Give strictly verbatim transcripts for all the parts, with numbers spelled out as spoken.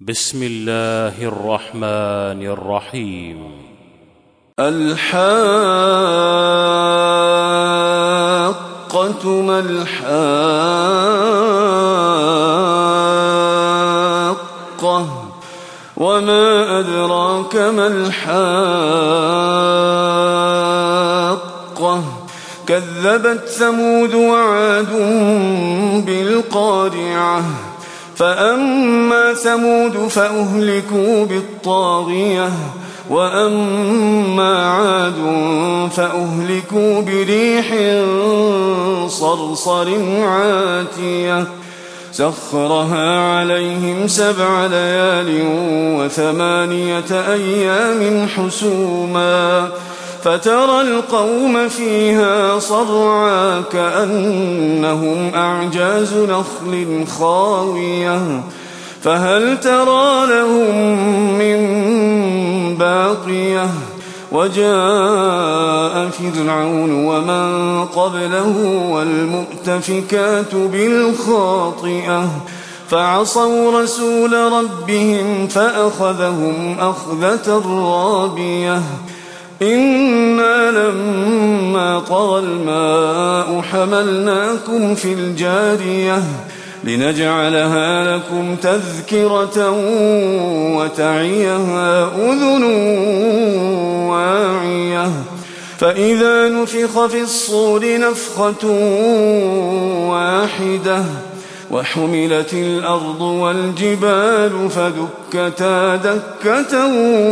بسم الله الرحمن الرحيم. الحاقة ما الحاقة وما أدراك ما الحاقة كذبت ثمود وعاد بالقارعة فأما ثمود فأهلكوا بالطاغية وأما عاد فأهلكوا بريح صرصر عاتية سخرها عليهم سبع ليال وثمانية أيام حسوما فترى القوم فيها صرعا كأنهم أعجاز نخل خاوية فهل ترى لهم من باقية وجاء فرعون ومن قبله والمؤتفكات بالخاطئة فعصوا رسول ربهم فأخذهم أخذة رابية إنا لما طغى الماء حملناكم في الجارية لنجعلها لكم تذكرة وتعيها أذن واعية فإذا نفخ في الصور نفخة واحدة وحملت الأرض والجبال فدكتا دكة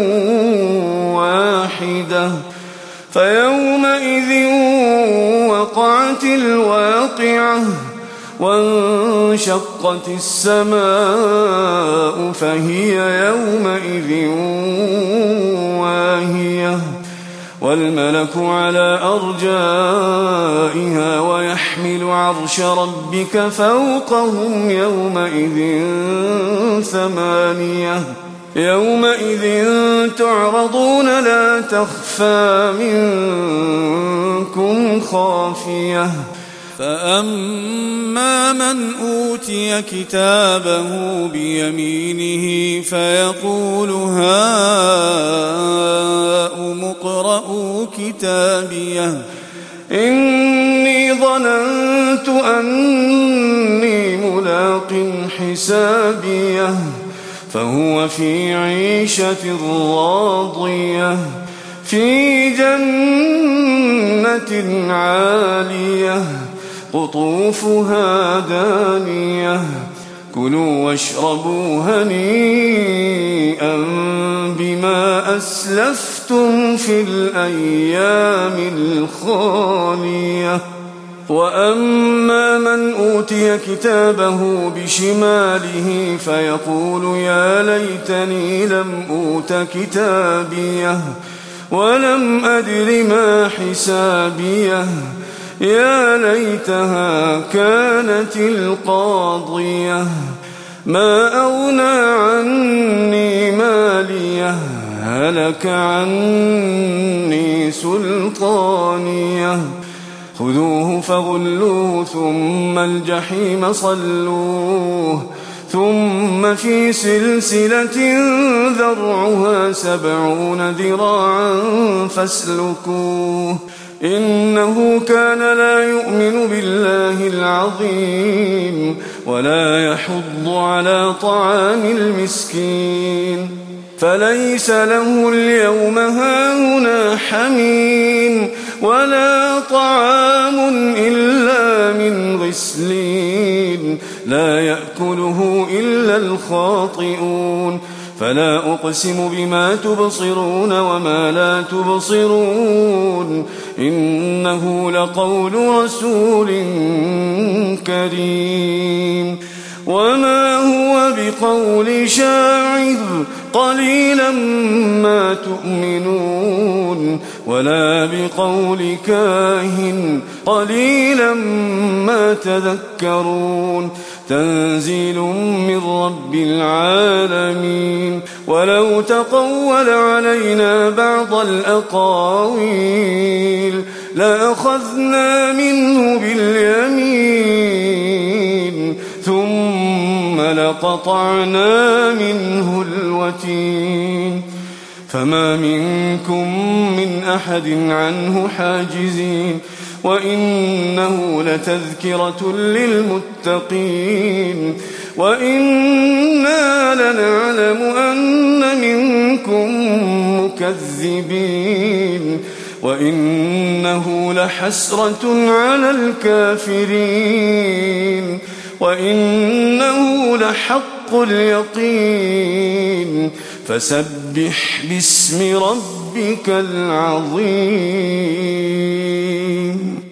واحدة فيومئذ وقعت الواقعة وانشقت السماء فهي يومئذ واهية والملك على أرجائها ويحمل عرش ربك فوقهم يومئذ ثمانية يومئذ تعرضون لا تخفى منكم خافية فأما من أوتي كتابه بيمينه فيقول هاؤم اقرءوا كتابيه إني ظننت أني ملاق حسابيه فهو في عيشة راضية في جنة عالية قطوفها دانية كلوا واشربوا هنيئا بما أسلفتم في الأيام الخالية وأما من أوتي كتابه بشماله فيقول يا ليتني لم أوت كتابيه ولم أدر ما حسابيه يا ليتها كانت القاضية ما أغنى عني ماليه هلك عني سلطانيه خذوه فغلوه ثم الجحيم صلوه ثم في سلسلة ذرعها سبعون ذراعا فاسلكوه إنه كان لا يؤمن بالله العظيم ولا يحض على طعام المسكين فليس له اليوم هاهنا حميم ولا طعام إلا من غسلين لا يأكله إلا الخاطئون فلا أقسم بما تبصرون وما لا تبصرون إنه لقول رسول كريم وما هو بقول شاعر قليلا ما تؤمنون ولا بقول كاهن قليلا ما تذكرون تنزيل من رب العالمين ولو تقول علينا بعض الأقاويل لأخذنا منه باليمين ثم لقطعنا منه الوتين فما منكم من أحد عنه حاجزين وإنه لتذكرة للمتقين وإنا لنعلم أن منكم مكذبين وإنه لحسرة على الكافرين وإنه لحق اليقين فسبح باسم ربك العظيم.